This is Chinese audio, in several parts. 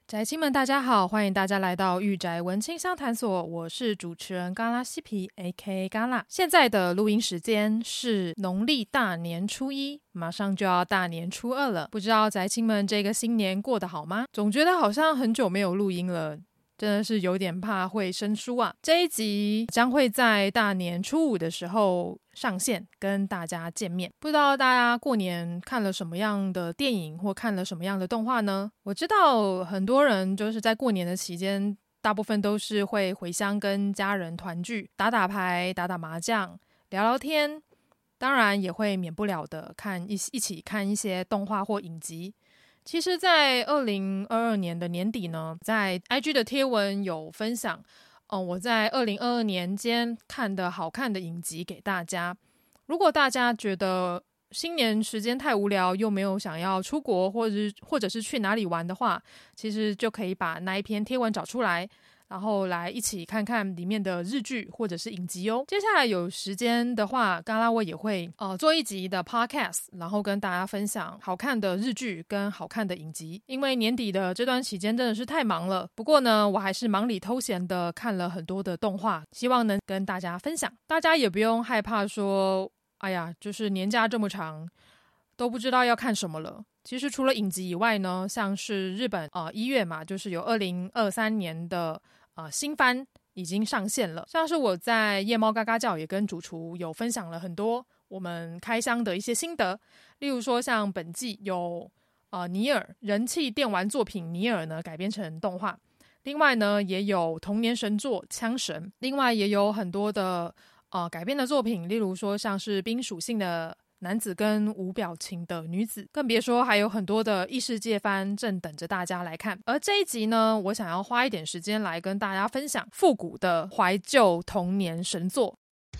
宅亲们大家好，欢迎大家来到御宅文青商谈所，我是主持人嘎拉西皮 AKA 嘎拉。现在的录音时间是农历大年初一，马上就要大年初二了，不知道宅亲们这个新年过得好吗？总觉得好像很久没有录音了，真的是有点怕会生疏啊。这一集将会在大年初五的时候上线跟大家见面，不知道大家过年看了什么样的电影或看了什么样的动画呢？我知道很多人就是在过年的期间大部分都是会回乡跟家人团聚，打打牌打打麻将聊聊天，当然也会免不了的一起看一些动画或影集。其实在2022年的年底呢，在 IG 的贴文有分享我在2022年间看的好看的影集给大家。如果大家觉得新年时间太无聊，又没有想要出国或者是去哪里玩的话，其实就可以把那一篇贴文找出来，然后来一起看看里面的日剧或者是影集哦。接下来有时间的话，嘎拉我也会做一集的 podcast， 然后跟大家分享好看的日剧跟好看的影集。因为年底的这段期间真的是太忙了，不过呢，我还是忙里偷闲的看了很多的动画，希望能跟大家分享。大家也不用害怕说，哎呀，就是年假这么长，都不知道要看什么了。其实除了影集以外呢，像是日本1月嘛，就是有2023年的新番已经上线了。像是我在夜猫嘎嘎叫也跟主厨有分享了很多我们开箱的一些心得，例如说像本季有尼尔人气电玩作品尼尔呢改编成动画，另外呢也有童年神作枪神，另外也有很多的改编的作品，例如说像是冰属性的男子跟无表情的女子，更别说还有很多的异世界番正等着大家来看。而这一集呢，我想要花一点时间来跟大家分享复古的怀旧童年神作。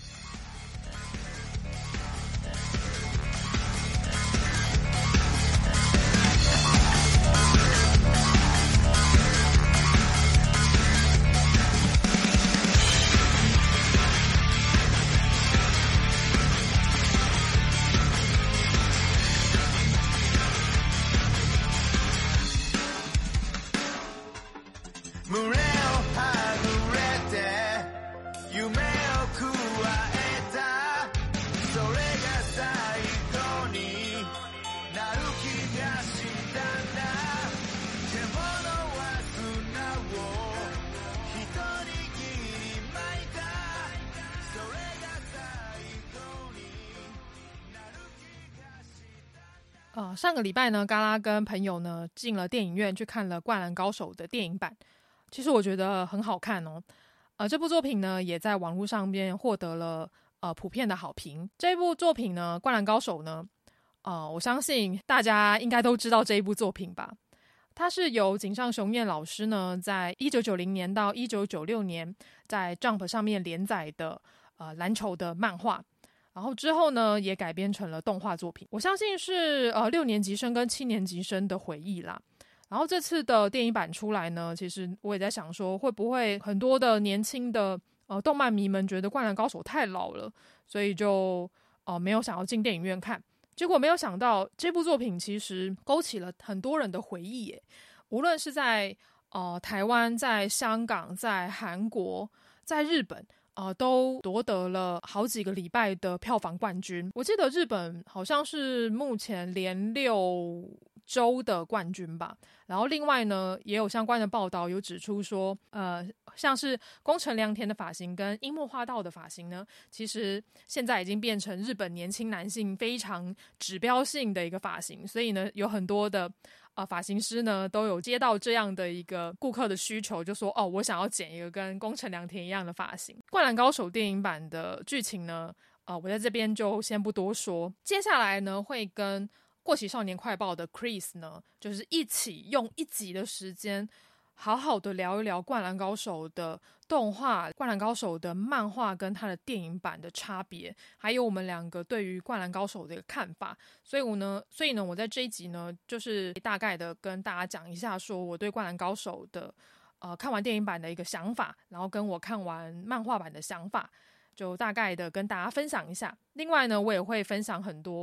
上个礼拜呢，嘎拉跟朋友呢进了电影院去看了《灌篮高手》的电影版，其实我觉得很好看哦。这部作品呢也在网络上面获得了普遍的好评。这部作品呢，《灌篮高手》呢，我相信大家应该都知道这一部作品吧。它是由井上雄彦老师呢，在1990年到1996年在 Jump 上面连载的篮球的漫画。然后之后呢，也改编成了动画作品。我相信是6年级生跟7年级生的回忆啦。然后这次的电影版出来呢，其实我也在想说，会不会很多的年轻的动漫迷们觉得《灌篮高手》太老了，所以就没有想要进电影院看。结果没有想到，这部作品其实勾起了很多人的回忆耶。无论是在台湾、在香港、在韩国、在日本。都夺得了好几个礼拜的票房冠军。我记得日本好像是目前连6周的冠军吧。然后另外呢，也有相关的报道有指出说，像是宫城良田的发型跟樱木花道的发型呢，其实现在已经变成日本年轻男性非常指标性的一个发型。所以呢，有很多的发型师呢都有接到这样的一个顾客的需求，就说我想要剪一个跟宫城良田一样的发型。灌篮高手电影版的剧情呢，我在这边就先不多说。接下来呢，会跟过期少年快报的 Chris 呢，就是一起用1集的时间好好的聊一聊灌篮高手的动画、灌篮高手的漫画跟它的电影版的差别，还有我们两个对于灌篮高手的一个看法。所以呢，我在这一集呢，就是大概的跟大家讲一下，说我对灌篮高手的看完电影版的一个想法，然后跟我看完漫画版的想法，就大概的跟大家分享一下。另外呢，我也会分享很多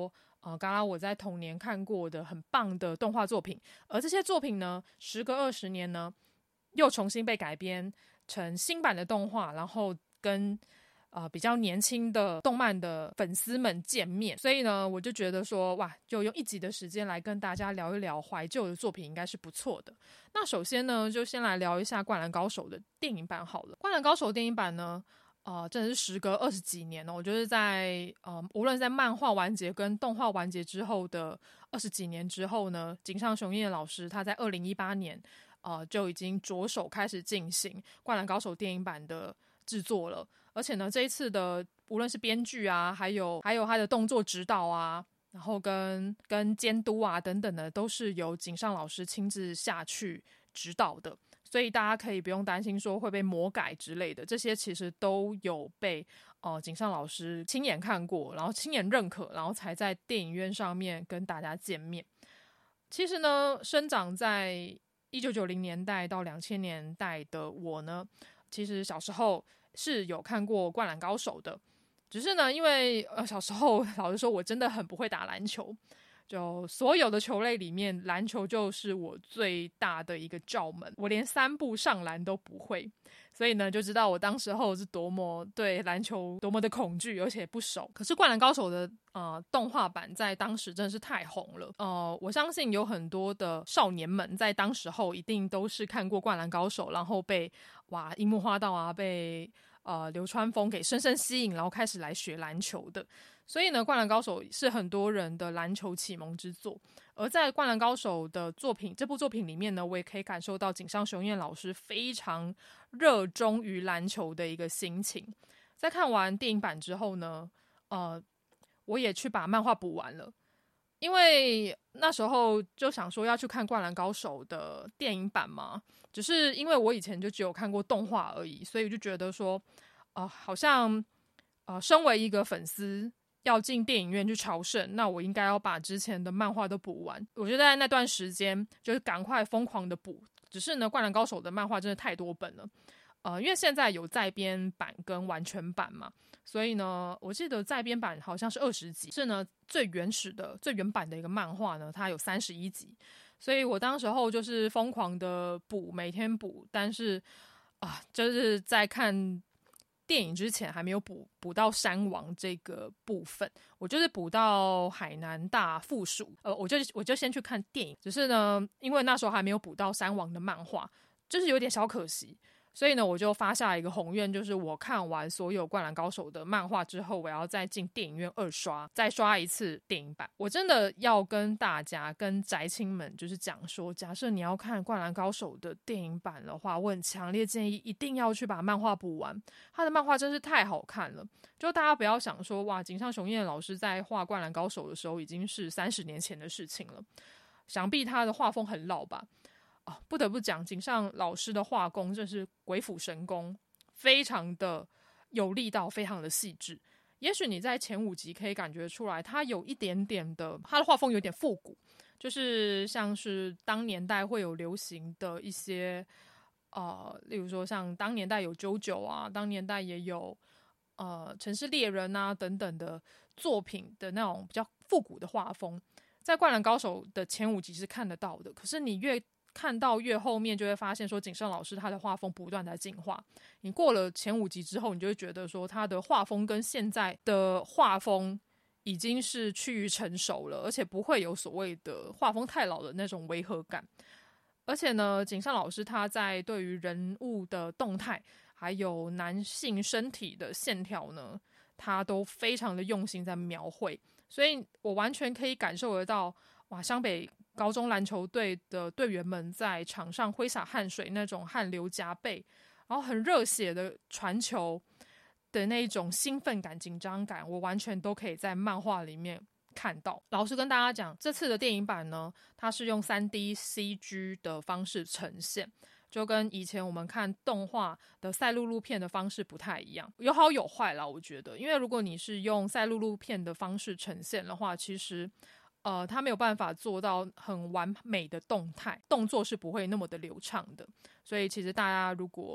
刚刚我在童年看过的很棒的动画作品，而这些作品呢，时隔20年呢，又重新被改编成新版的动画，然后跟比较年轻的动漫的粉丝们见面，所以呢，我就觉得说，哇，就用1集的时间来跟大家聊一聊怀旧的作品，应该是不错的。那首先呢，就先来聊一下《灌篮高手》的电影版好了。《灌篮高手》电影版呢，真的是时隔20几年我觉得在无论在漫画完结跟动画完结之后的20几年之后呢，井上雄彦老师他在2018年就已经着手开始进行《灌篮高手》电影版的制作了。而且呢，这一次的无论是编剧啊，还有他的动作指导啊，然后跟监督啊等等的，都是由井上老师亲自下去指导的。所以大家可以不用担心说会被魔改之类的，这些其实都有被井上老师亲眼看过，然后亲眼认可，然后才在电影院上面跟大家见面。其实呢，生长在1990年代到2000年代的我呢，其实小时候是有看过《灌篮高手》的，只是呢，因为小时候老实说，我真的很不会打篮球，就所有的球类里面，篮球就是我最大的一个罩门，我连3步上篮都不会，所以呢，就知道我当时候是多么对篮球多么的恐惧，而且不熟。可是《灌篮高手》的动画版在当时真的是太红了，我相信有很多的少年们在当时候一定都是看过《灌篮高手》，然后被樱木花道啊，被流川枫给深深吸引，然后开始来学篮球的。所以呢，《灌篮高手》是很多人的篮球启蒙之作。而在《灌篮高手》的这部作品里面呢，我也可以感受到井上雄彦老师非常热衷于篮球的一个心情。在看完电影版之后呢，我也去把漫画补完了。因为那时候就想说要去看《灌篮高手》的电影版嘛，只是因为我以前就只有看过动画而已，所以就觉得说，好像身为一个粉丝要进电影院去朝圣，那我应该要把之前的漫画都补完。我觉得在那段时间就是赶快疯狂的补，只是呢，《灌篮高手》的漫画真的太多本了。因为现在有再编版跟完全版嘛，所以呢，我记得再编版好像是20集，是呢最原始的、最原版的一个漫画呢，它有31集，所以我当时候就是疯狂的补，每天补，但是就是在看电影之前还没有补到山王这个部分，我就是补到海南大附属，我就先去看电影，只是呢，因为那时候还没有补到山王的漫画，就是有点小可惜。所以呢，我就发下一个宏愿，就是我看完所有《灌篮高手》的漫画之后，我要再进电影院2刷，再刷一次电影版。我真的要跟大家、跟宅青们就是讲说，假设你要看《灌篮高手》的电影版的话，我很强烈建议一定要去把漫画补完。他的漫画真是太好看了，就大家不要想说，哇，井上雄彦老师在画《灌篮高手》的时候已经是30年前的事情了，想必他的画风很老吧。不得不讲，井上老师的画工真是鬼斧神工，非常的有力道，非常的细致。也许你在前5集可以感觉出来，他有一点点的，他的画风有点复古，就是像是当年代会有流行的一些，例如说像当年代有JoJo啊，当年代也有城市猎人啊等等的作品的那种比较复古的画风，在《灌篮高手》的前5集是看得到的。可是你越看到越后面，就会发现说井上老师他的画风不断在进化。你过了前5集之后，你就会觉得说他的画风跟现在的画风已经是趋于成熟了，而且不会有所谓的画风太老的那种违和感。而且呢，井上老师他在对于人物的动态还有男性身体的线条呢，他都非常的用心在描绘，所以我完全可以感受得到，哇，湘北高中篮球队的队员们在场上挥洒汗水，那种汗流浃背，然后很热血的传球的那种兴奋感、紧张感，我完全都可以在漫画里面看到。老实跟大家讲，这次的电影版呢，它是用 3D CG 的方式呈现，就跟以前我们看动画的赛璐璐片的方式不太一样，有好有坏啦，我觉得。因为如果你是用赛璐璐片的方式呈现的话，其实它没有办法做到很完美的动作是不会那么的流畅的。所以其实大家如果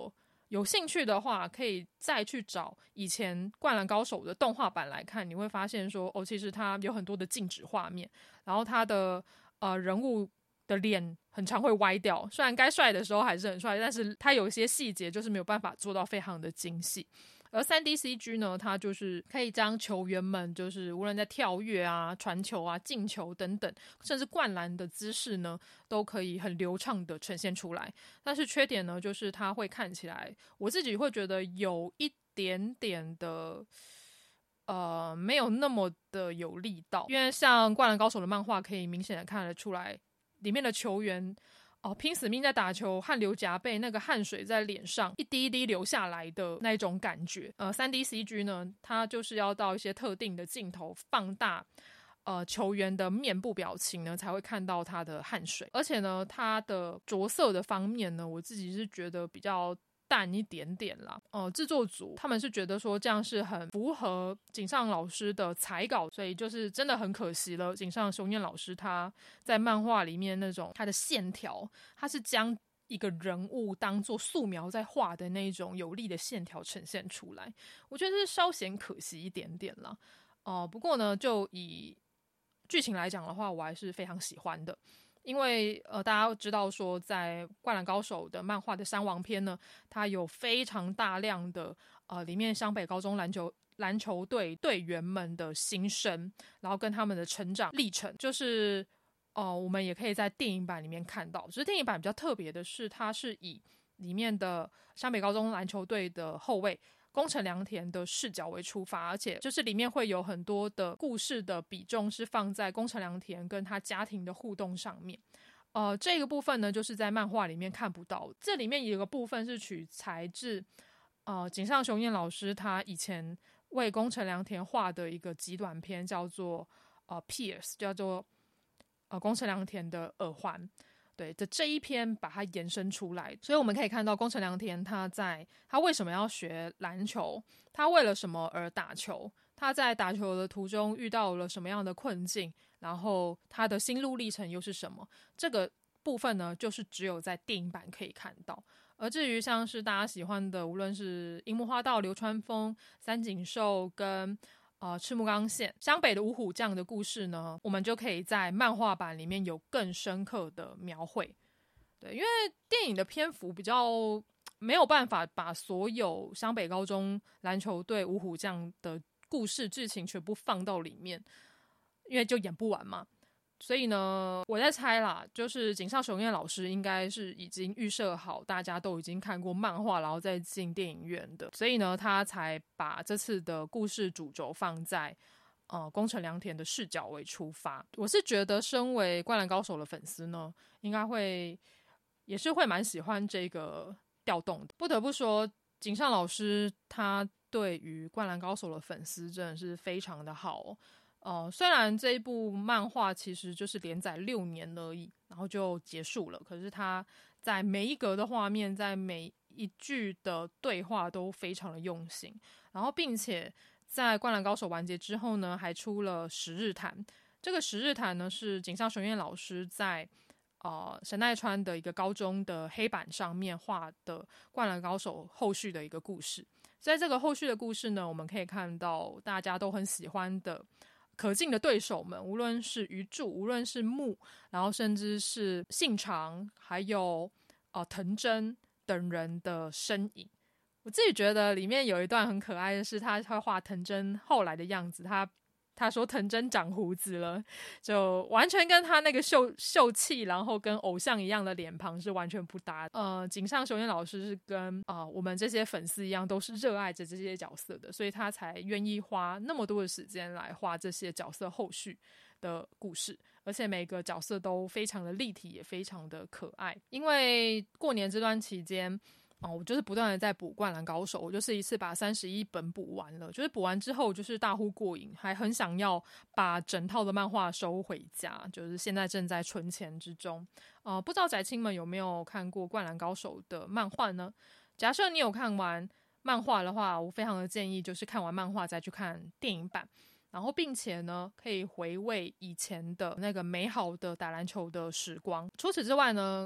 有兴趣的话，可以再去找以前《灌篮高手》的动画版来看，你会发现说，其实它有很多的静止画面，然后它的人物的脸很常会歪掉，虽然该帅的时候还是很帅，但是它有一些细节就是没有办法做到非常的精细。而 3D CG 呢，它就是可以将球员们就是无论在跳跃啊、传球啊、进球等等，甚至灌篮的姿势呢，都可以很流畅的呈现出来。但是缺点呢，就是它会看起来，我自己会觉得有一点点的没有那么的有力道，因为像《灌篮高手》的漫画可以明显的看得出来，里面的球员拼死命在打球，汗流浃背，那个汗水在脸上一滴一滴流下来的那种感觉。3D CG 呢，它就是要到一些特定的镜头放大球员的面部表情呢，才会看到他的汗水。而且呢，他的着色的方面呢，我自己是觉得比较淡一点点啦。制作组他们是觉得说这样是很符合井上老师的彩稿，所以就是真的很可惜了。井上雄彦老师他在漫画里面那种他的线条，他是将一个人物当做素描在画的那种有力的线条呈现出来，我觉得是稍显可惜一点点啦。不过呢，就以剧情来讲的话，我还是非常喜欢的。因为大家知道说，在《灌篮高手》的漫画的山王篇呢，它有非常大量的里面湘北高中篮球队队员们的心声，然后跟他们的成长历程，就是我们也可以在电影版里面看到。只是电影版比较特别的是，它是以里面的湘北高中篮球队的后卫宫城良田的视角为出发，而且就是里面会有很多的故事的比重是放在宫城良田跟他家庭的互动上面。这个部分呢，就是在漫画里面看不到。这里面有一个部分是取材自井上雄彦老师他以前为宫城良田画的一个极短篇，叫做Pierce， 叫做宫城良田的耳环。对的，这一篇把它延伸出来，所以我们可以看到宫城良田他为什么要学篮球，他为了什么而打球，他在打球的途中遇到了什么样的困境，然后他的心路历程又是什么，这个部分呢，就是只有在电影版可以看到。而至于像是大家喜欢的，无论是樱木花道、流川枫、三井寿跟赤木刚宪、湘北的五虎将的故事呢，我们就可以在漫画版里面有更深刻的描绘。对，因为电影的篇幅比较没有办法把所有湘北高中篮球队五虎将的故事剧情全部放到里面，因为就演不完嘛。所以呢，我在猜啦，就是井上雄彦老师应该是已经预设好大家都已经看过漫画，然后再进电影院的，所以呢，他才把这次的故事主轴放在宫城良田的视角为出发。我是觉得身为灌篮高手的粉丝呢，应该也是会蛮喜欢这个调动的。不得不说，井上老师他对于灌篮高手的粉丝真的是非常的好虽然这一部漫画其实就是连载6年而已，然后就结束了，可是他在每一格的画面，在每一句的对话都非常的用心，然后并且在灌篮高手完结之后呢，还出了十日谈。这个十日谈呢，是井上雄彦老师在神奈川的一个高中的黑板上面画的灌篮高手后续的一个故事。在这个后续的故事呢，我们可以看到大家都很喜欢的可敬的对手们，无论是鱼柱，无论是木，然后甚至是信长，还有藤真等人的身影。我自己觉得里面有一段很可爱的是，他会画藤真后来的样子，他说藤真长胡子了，就完全跟他那个秀气，然后跟偶像一样的脸庞是完全不搭的。井上雄彦老师是跟我们这些粉丝一样，都是热爱着这些角色的，所以他才愿意花那么多的时间来画这些角色后续的故事，而且每个角色都非常的立体，也非常的可爱。因为过年这段期间我就是不断的在补灌篮高手，我就是一次把31本补完了，就是补完之后就是大呼过瘾，还很想要把整套的漫画收回家，就是现在正在存钱之中。不知道宅青们有没有看过灌篮高手的漫画呢？假设你有看完漫画的话，我非常的建议就是看完漫画再去看电影版，然后并且呢可以回味以前的那个美好的打篮球的时光。除此之外呢，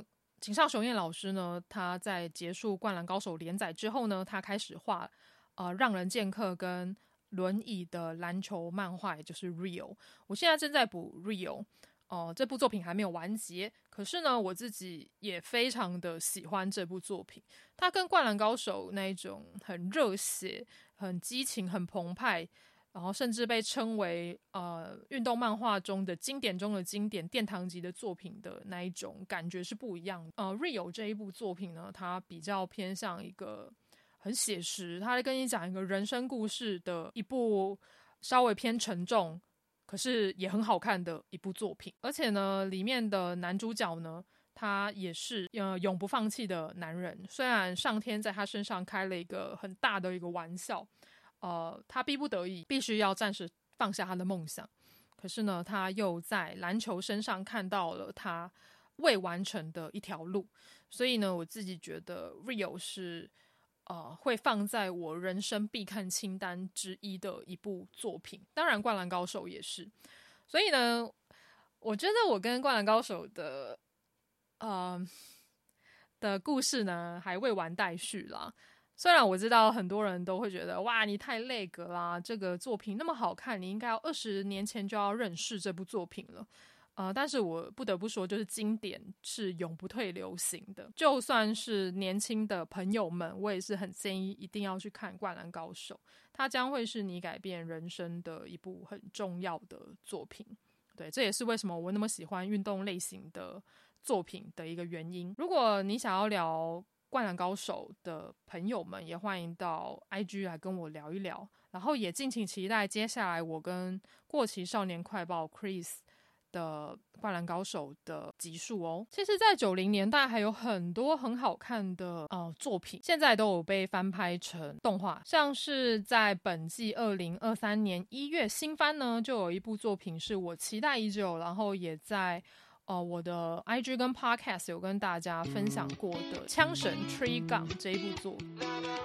井上雄彦老师呢，他在结束《灌篮高手》连载之后呢，他开始画让人剑客跟轮椅的篮球漫画，也就是 Real。我现在正在补 Real。这部作品还没有完结，可是呢，我自己也非常的喜欢这部作品。它跟《灌篮高手》那一种很热血、很激情、很澎湃，然后甚至被称为运动漫画中的经典中的经典、殿堂级的作品的那一种感觉是不一样的。Real 这一部作品呢，它比较偏向一个很写实，它在跟你讲一个人生故事的一部稍微偏沉重，可是也很好看的一部作品。而且呢，里面的男主角呢，他也是永不放弃的男人。虽然上天在他身上开了一个很大的一个玩笑，他逼不得已必须要暂时放下他的梦想，可是呢，他又在篮球身上看到了他未完成的一条路。所以呢，我自己觉得 Real 是会放在我人生必看清单之一的一部作品。当然灌篮高手也是。所以呢，我觉得我跟灌篮高手的故事呢还未完待续啦。虽然我知道很多人都会觉得哇你太累格啦，这个作品那么好看，你应该要20年前就要认识这部作品了。但是我不得不说，就是经典是永不退流行的。就算是年轻的朋友们，我也是很建议一定要去看《灌篮高手》，它将会是你改变人生的一部很重要的作品。对，这也是为什么我那么喜欢运动类型的作品的一个原因。如果你想要聊《灌篮高手》的朋友们，也欢迎到 IG 来跟我聊一聊，然后也敬请期待接下来我跟过期少年快报 Chris的灌篮高手的集数哦。其实在90年代还有很多很好看的作品，现在都有被翻拍成动画。像是在本季2023年1月新番呢，就有一部作品是我期待已久，然后也在我的 IG 跟 Podcast 有跟大家分享过的枪神 Trigun 这一部作品。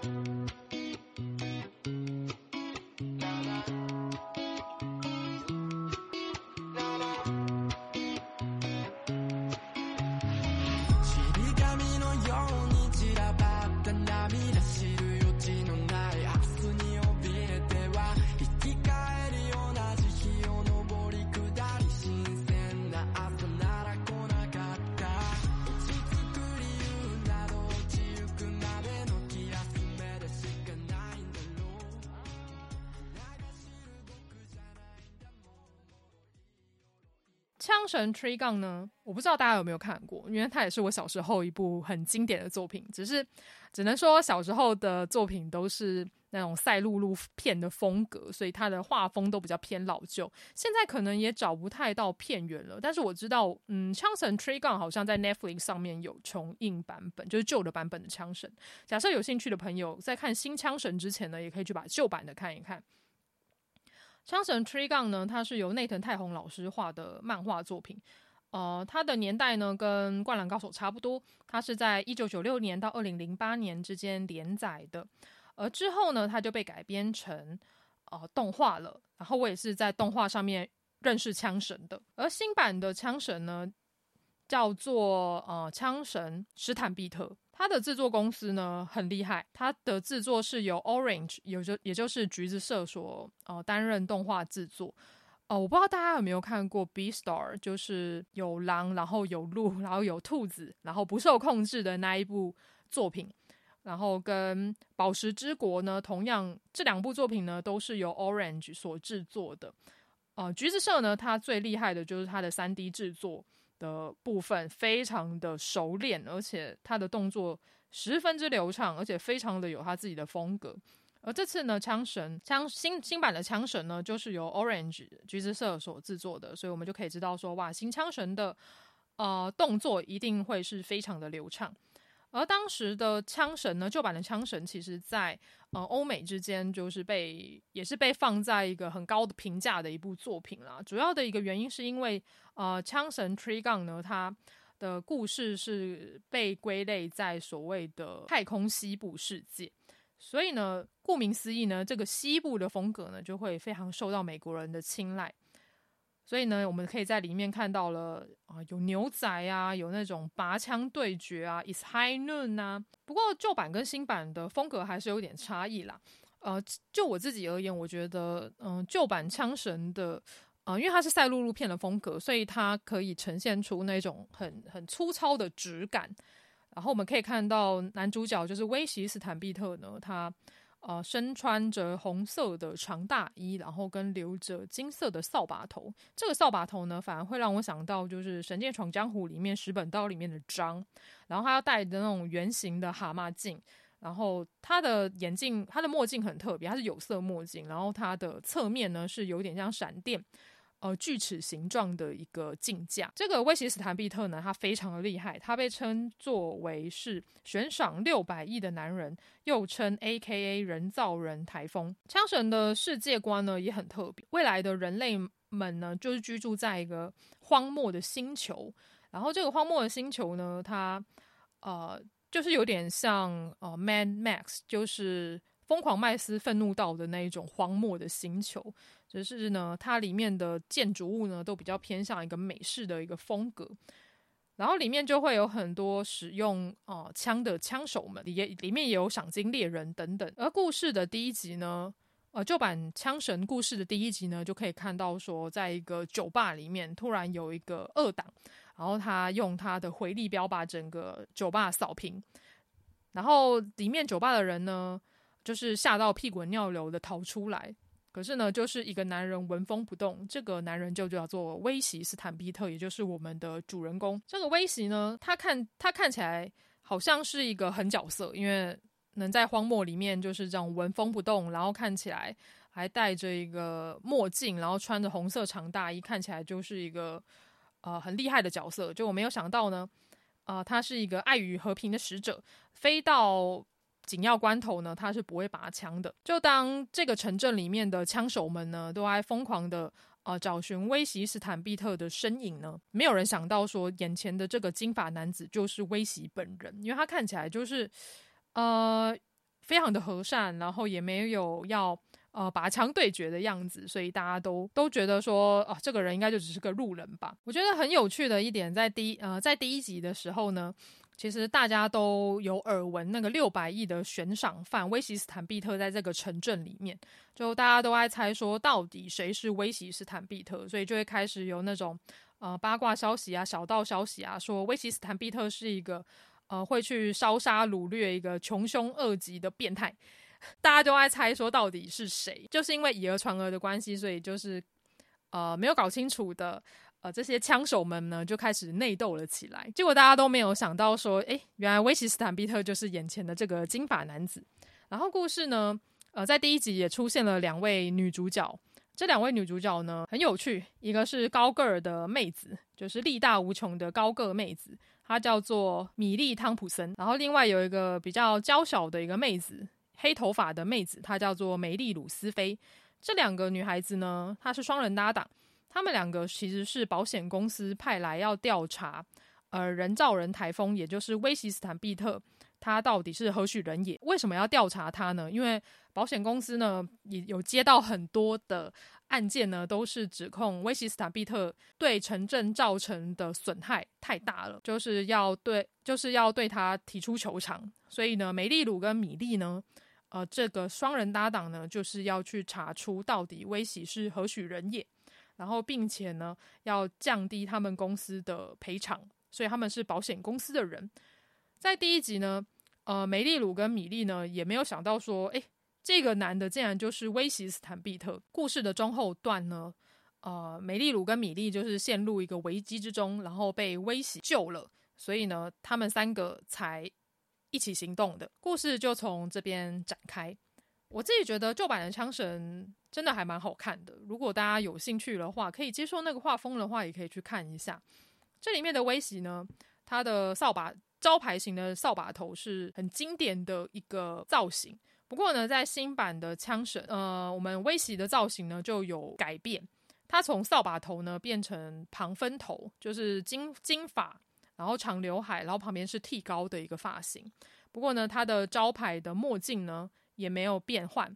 枪神 Trigun 呢，我不知道大家有没有看过，因为它也是我小时候一部很经典的作品。只能说小时候的作品都是那种赛璐璐片的风格，所以它的画风都比较偏老旧。现在可能也找不太到片源了，但是我知道，枪神 Trigun 好像在 Netflix 上面有重映版本，就是旧的版本的枪神。假设有兴趣的朋友在看新枪神之前呢，也可以去把旧版的看一看。枪神 Trigun 呢，它是由内藤太宏老师画的漫画作品。它的年代呢跟灌篮高手差不多，它是在1996年到2008年之间连载的。而之后呢，它就被改编成动画了。然后我也是在动画上面认识枪神的。而新版的枪神呢，叫做枪神史坦毕特。它的制作公司呢很厉害，它的制作是由 Orange 也就是橘子社所担任动画制作。我不知道大家有没有看过 Beastar， 就是有狼然后有鹿然后有兔子然后不受控制的那一部作品。然后跟宝石之国呢，同样这两部作品呢都是由 Orange 所制作的。橘子社呢，它最厉害的就是它的 3D 制作的部分非常的熟练，而且他的动作十分之流畅，而且非常的有他自己的风格。而这次呢，新版的枪神呢，就是由 Orange 橘子社所制作的，所以我们就可以知道说，哇，新枪神的动作一定会是非常的流畅。而当时的枪神呢，旧版的枪神其实在欧美之间就是也是被放在一个很高的评价的一部作品啦。主要的一个原因是因为枪神 Trigun 呢，它的故事是被归类在所谓的太空西部世界，所以呢，顾名思义呢，这个西部的风格呢就会非常受到美国人的青睐。 所以呢，我们可以在里面看到了有牛仔啊，有那种拔枪对决啊 ，It's High Noon 啊。不过旧版跟新版的风格还是有点差异啦。就我自己而言，我觉得旧版枪神的因为它是赛璐璐片的风格，所以它可以呈现出那种很粗糙的质感。然后我们可以看到男主角就是威奇史坦毕特呢，他身穿着红色的长大衣，然后跟留着金色的扫把头。这个扫把头呢，反而会让我想到就是《神剑闯江湖》里面石本刀里面的张，然后他要戴的那种圆形的蛤蟆镜，然后他的眼镜、他的墨镜很特别，它是有色墨镜，然后它的侧面呢是有点像闪电。锯齿形状的一个镜架。这个威奇史坦毕特呢，他非常的厉害，他被称作为是悬赏600亿的男人，又称 AKA 人造人台风。枪神的世界观呢也很特别，未来的人类们呢就是居住在一个荒漠的星球，然后这个荒漠的星球呢，它就是有点像Mad Max， 就是疯狂麦斯愤怒岛的那一种荒漠的星球。只是呢，它里面的建筑物呢，都比较偏向一个美式的一个风格，然后里面就会有很多使用枪的枪手们，里面也有赏金猎人等等。而故事的第一集呢，旧版枪神故事的第一集呢，就可以看到说，在一个酒吧里面，突然有一个恶党，然后他用他的回力镖把整个酒吧扫平，然后里面酒吧的人呢，就是吓到屁滚尿流的逃出来。可是呢，就是一个男人纹风不动，这个男人就叫做威奇史坦毕特，也就是我们的主人公。这个威奇呢，他看起来好像是一个狠角色，因为能在荒漠里面就是这样纹风不动，然后看起来还戴着一个墨镜，然后穿着红色长大衣，看起来就是一个很厉害的角色。就我没有想到呢，他是一个爱与和平的使者，飞到紧要关头呢，他是不会拔枪的。就当这个城镇里面的枪手们呢，都在疯狂的找寻威奇史坦毕特的身影呢，没有人想到说，眼前的这个金发男子就是威奇本人，因为他看起来就是非常的和善，然后也没有要拔枪对决的样子，所以大家都觉得说，这个人应该就只是个路人吧。我觉得很有趣的一点，在第一集的时候呢，其实大家都有耳闻那个600亿的悬赏犯威奇史坦毕特在这个城镇里面，就大家都在猜说到底谁是威奇史坦毕特，所以就会开始有那种八卦消息啊、小道消息啊，说威奇史坦毕特是一个会去烧杀掳掠一个穷凶恶极的变态。大家都在猜说到底是谁，就是因为以讹传讹的关系，所以就是没有搞清楚的这些枪手们呢就开始内斗了起来。结果大家都没有想到说，原来威奇史坦毕特就是眼前的这个金发男子。然后故事呢在第一集也出现了2位女主角，这2位女主角呢很有趣，一个是高个儿的妹子，就是力大无穷的高个妹子，她叫做米莉汤普森。然后另外有一个比较娇小的一个妹子，黑头发的妹子，她叫做梅丽鲁斯菲。这2个女孩子呢，她是双人搭档，她们2个其实是保险公司派来要调查人造人台风，也就是威奇史坦毕特他到底是何许人也。为什么要调查他呢？因为保险公司呢也有接到很多的案件呢，都是指控威奇史坦毕特对城镇造成的损害太大了，就是要对他提出求偿。所以呢，梅丽鲁跟米莉呢这个双人搭档呢，就是要去查出到底威奇是何许人也，然后并且呢要降低他们公司的赔偿，所以他们是保险公司的人。在第一集呢梅丽鲁跟米莉呢也没有想到说，这个男的竟然就是威奇史坦毕特。故事的中后段呢梅丽鲁跟米莉就是陷入一个危机之中，然后被威奇救了，所以呢他们3个才一起行动的。故事就从这边展开。我自己觉得旧版的枪神真的还蛮好看的，如果大家有兴趣的话，可以接受那个画风的话，也可以去看一下。这里面的威奇呢，他的招牌型的扫把头是很经典的一个造型。不过呢，在新版的枪神我们威奇的造型呢就有改变，他从扫把头呢变成旁分头，就是金发，然后长刘海，然后旁边是剃高的一个发型。不过呢，他的招牌的墨镜呢也没有变换，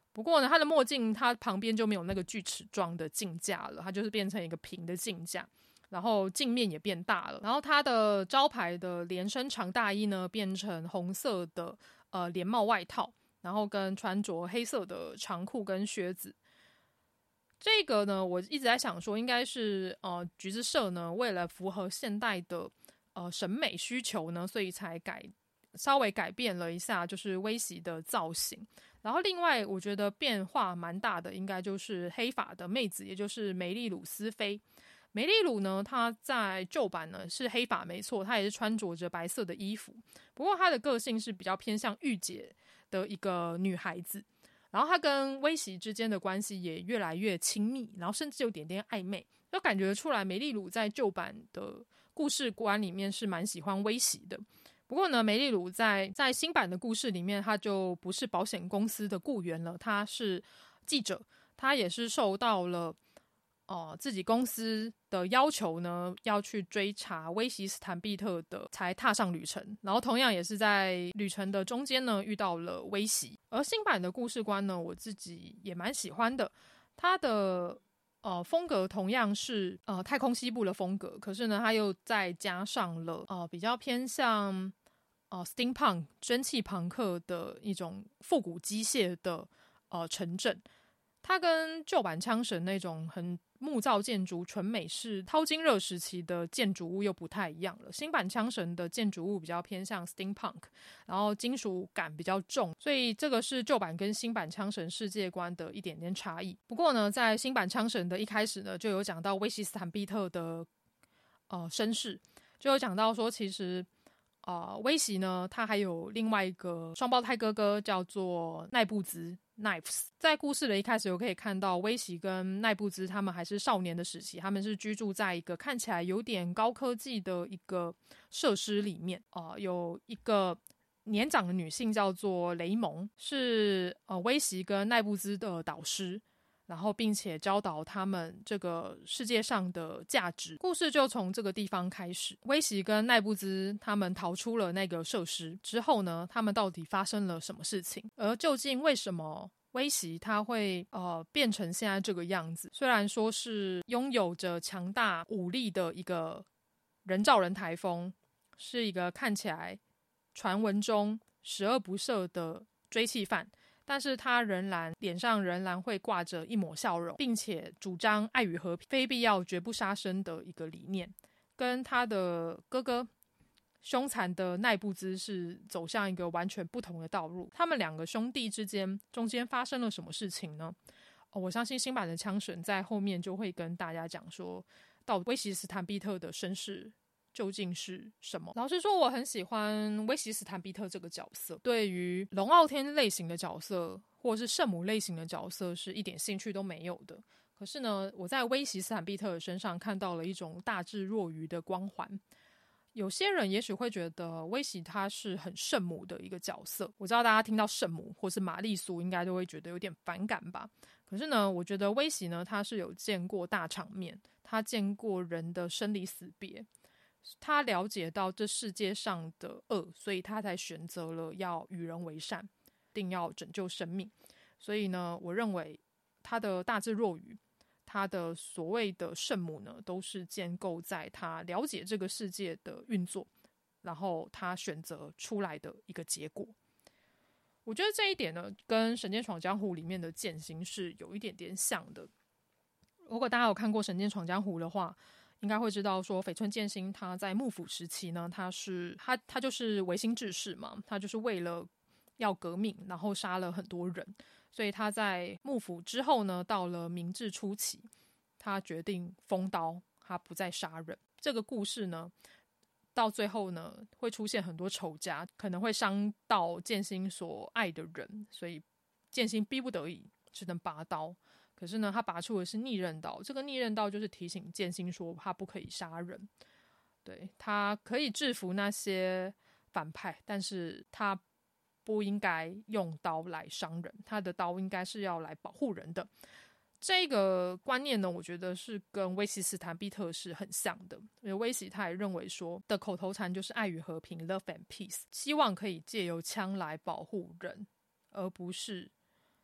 不过呢，它的墨镜它旁边就没有那个锯齿状的镜架了，它就是变成一个平的镜架，然后镜面也变大了。然后它的招牌的连身长大衣呢，变成红色的连帽外套，然后跟穿着黑色的长裤跟靴子。这个呢，我一直在想说，应该是橘子社呢为了符合现代的审美需求呢，所以才稍微改变了一下，就是威袭的造型。然后另外我觉得变化蛮大的，应该就是黑发的妹子，也就是梅丽鲁斯菲。梅丽鲁呢，她在旧版呢是黑发没错，她也是穿着着白色的衣服，不过她的个性是比较偏向御姐的一个女孩子。然后她跟威袭之间的关系也越来越亲密，然后甚至有点点暧昧，就感觉出来梅丽鲁在旧版的故事观里面是蛮喜欢威袭的。不过呢，梅丽鲁在新版的故事里面，他就不是保险公司的雇员了，他是记者，他也是受到了自己公司的要求呢，要去追查威袭史坦毕特的，才踏上旅程。然后同样也是在旅程的中间呢，遇到了威袭。而新版的故事观呢，我自己也蛮喜欢的，他的风格同样是太空西部的风格，可是呢，它又再加上了比较偏向steampunk 蒸汽朋克的一种复古机械的城镇。它跟旧版枪神那种很木造建筑纯美式淘金热时期的建筑物又不太一样了。新版枪神的建筑物比较偏向 steampunk， 然后金属感比较重，所以这个是旧版跟新版枪神世界观的一点点差异。不过呢，在新版枪神的一开始呢，就有讲到威袭史坦毕特的身世，就有讲到说其实威袭呢，他还有另外一个双胞胎哥哥叫做奈布兹 Knives。 在故事的一开始我可以看到威袭跟奈布兹他们还是少年的时期，他们是居住在一个看起来有点高科技的一个设施里面有一个年长的女性叫做雷蒙，是威袭跟奈布兹的导师，然后并且教导他们这个世界上的价值。故事就从这个地方开始。威袭跟奈布兹他们逃出了那个设施之后呢，他们到底发生了什么事情？而究竟为什么威袭他会变成现在这个样子？虽然说是拥有着强大武力的一个人造人台风，是一个看起来传闻中十恶不赦的追缉犯，但是他脸上仍然会挂着一抹笑容，并且主张爱与和平，非必要绝不杀生的一个理念，跟他的哥哥凶残的奈布兹是走向一个完全不同的道路。他们两个兄弟之间中间发生了什么事情呢？我相信新版的枪神在后面就会跟大家讲说，到威袭史坦毕特的身世究竟是什么。老实说，我很喜欢威袭史坦毕特这个角色，对于龙傲天类型的角色或是圣母类型的角色是一点兴趣都没有的。可是呢，我在威袭史坦毕特的身上看到了一种大智若愚的光环。有些人也许会觉得威袭他是很圣母的一个角色，我知道大家听到圣母或是玛丽苏应该都会觉得有点反感吧。可是呢，我觉得威袭呢，他是有见过大场面，他见过人的生离死别，他了解到这世界上的恶，所以他才选择了要与人为善，定要拯救生命。所以呢，我认为他的大智若愚，他的所谓的圣母呢，都是建构在他了解这个世界的运作，然后他选择出来的一个结果。我觉得这一点呢，跟《神剑闯江湖》里面的剑心是有一点点像的。如果大家有看过《神剑闯江湖》的话，应该会知道说绯村剑心他在幕府时期呢，他就是维新志士嘛，他就是为了要革命，然后杀了很多人，所以他在幕府之后呢，到了明治初期，他决定封刀，他不再杀人。这个故事呢，到最后呢，会出现很多仇家，可能会伤到剑心所爱的人，所以剑心逼不得已只能拔刀。可是呢，他拔出的是逆刃刀，这个逆刃刀就是提醒剑心说他不可以杀人，对，他可以制服那些反派，但是他不应该用刀来伤人，他的刀应该是要来保护人的。这个观念呢，我觉得是跟威袭史坦毕特是很像的。因为威袭他也认为说的口头禅就是爱与和平 Love and Peace， 希望可以借由枪来保护人，而不是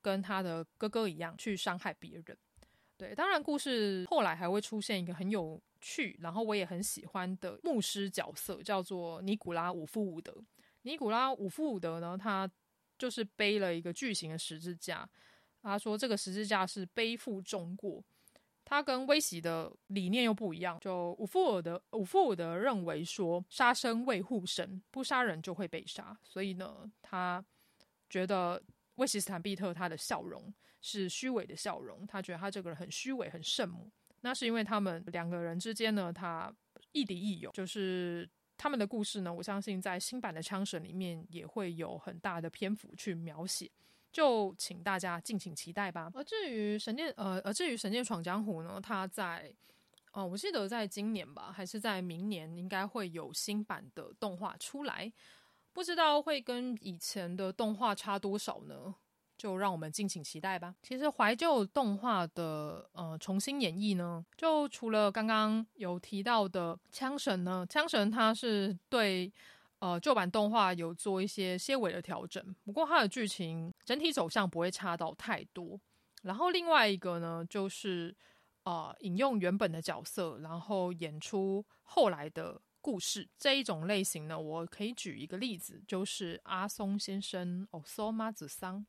跟他的哥哥一样去伤害别人。对，当然故事后来还会出现一个很有趣，然后我也很喜欢的牧师角色，叫做尼古拉·伍夫伍德。尼古拉·伍夫伍德呢，他就是背了一个巨型的十字架，他说这个十字架是背负重过。他跟威袭的理念又不一样，就伍夫伍德认为说，杀生为护身，不杀人就会被杀，所以呢，他觉得威奇斯坦毕特他的笑容是虚伪的笑容，他觉得他这个人很虚伪很圣母。那是因为他们两个人之间呢，他亦敌亦友，就是他们的故事呢，我相信在新版的枪神里面也会有很大的篇幅去描写，就请大家敬请期待吧。而至于神剑闯江湖呢，它在我记得在今年吧，还是在明年，应该会有新版的动画出来，不知道会跟以前的动画差多少呢？就让我们敬请期待吧。其实怀旧动画的重新演绎呢，就除了刚刚有提到的枪神呢，枪神它是对旧版动画有做一些些微的调整，不过它的剧情整体走向不会差到太多。然后另外一个呢，就是引用原本的角色，然后演出后来的故事。这一种类型呢，我可以举一个例子，就是阿松先生おそ松子桑。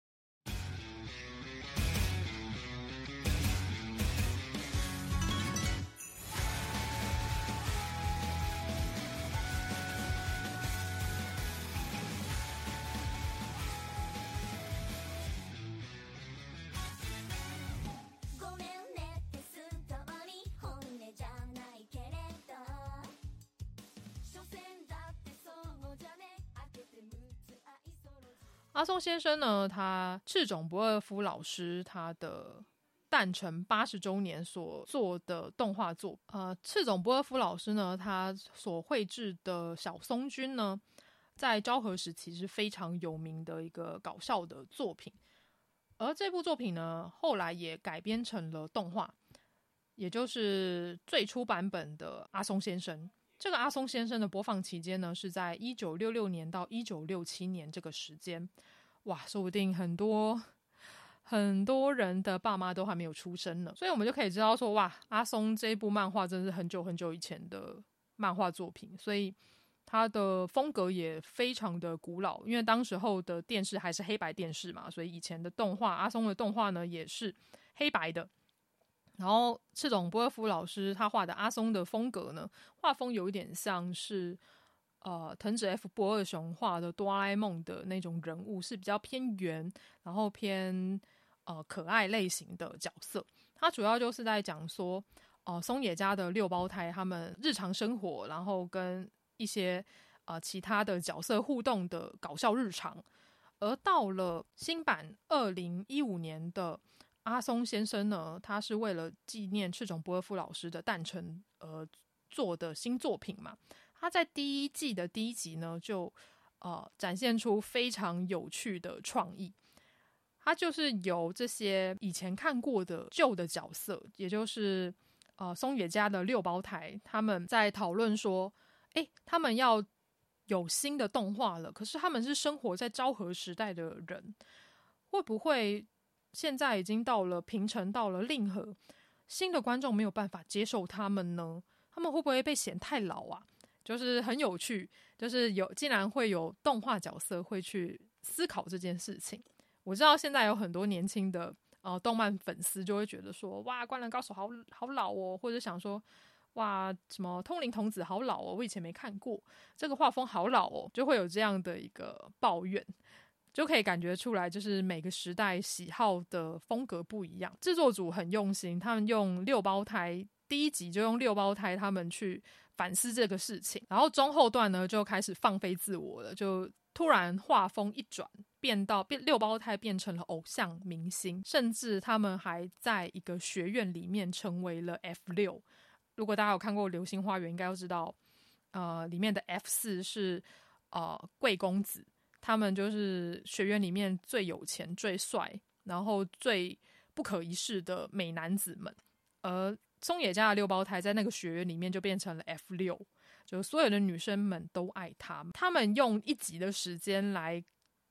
阿松先生呢，他赤冢不二夫老师他的诞辰80周年所做的动画作，赤冢不二夫老师呢，他所绘制的小松君呢，在昭和时期是非常有名的一个搞笑的作品，而这部作品呢，后来也改编成了动画，也就是最初版本的阿松先生。这个阿松先生的播放期间呢，是在1966年到1967年这个时间。哇，说不定很多人的爸妈都还没有出生呢，所以我们就可以知道说，哇，阿松这一部漫画真是很久很久以前的漫画作品，所以它的风格也非常的古老，因为当时候的电视还是黑白电视嘛，所以以前的动画，阿松的动画呢也是黑白的。然后赤冢不二夫老师他画的阿松的风格呢，画风有一点像是藤子 F 不二雄画的哆啦 A 梦的那种人物，是比较偏圆，然后偏可爱类型的角色。他主要就是在讲说松野家的六胞胎他们日常生活，然后跟一些其他的角色互动的搞笑日常。而到了新版2015年的阿松先生呢，他是为了纪念赤冢不二夫老师的诞辰而做的新作品嘛。他在第一季的第一集呢，就展现出非常有趣的创意。他就是由这些以前看过的旧的角色，也就是松野家的六胞胎，他们在讨论说，他们要有新的动画了，可是他们是生活在昭和时代的人，会不会现在已经到了平成，到了令和，新的观众没有办法接受他们呢？他们会不会被嫌太老啊？就是很有趣，就是竟然会有动画角色会去思考这件事情。我知道现在有很多年轻的动漫粉丝就会觉得说，哇，灌篮高手好老哦，或者想说，哇，什么通灵童子好老哦，我以前没看过，这个画风好老哦，就会有这样的一个抱怨。就可以感觉出来，就是每个时代喜好的风格不一样。制作组很用心，他们用六胞胎，第一集就用六胞胎他们去反思这个事情，然后中后段呢就开始放飞自我了，就突然画风一转，变六胞胎变成了偶像明星，甚至他们还在一个学院里面成为了 F6。如果大家有看过《流星花园》，应该都知道，里面的 F4是贵公子。他们就是学院里面最有钱、最帅，然后最不可一世的美男子们。而松野家的六胞胎在那个学院里面就变成了 F6， 就所有的女生们都爱他们。他们用一集的时间来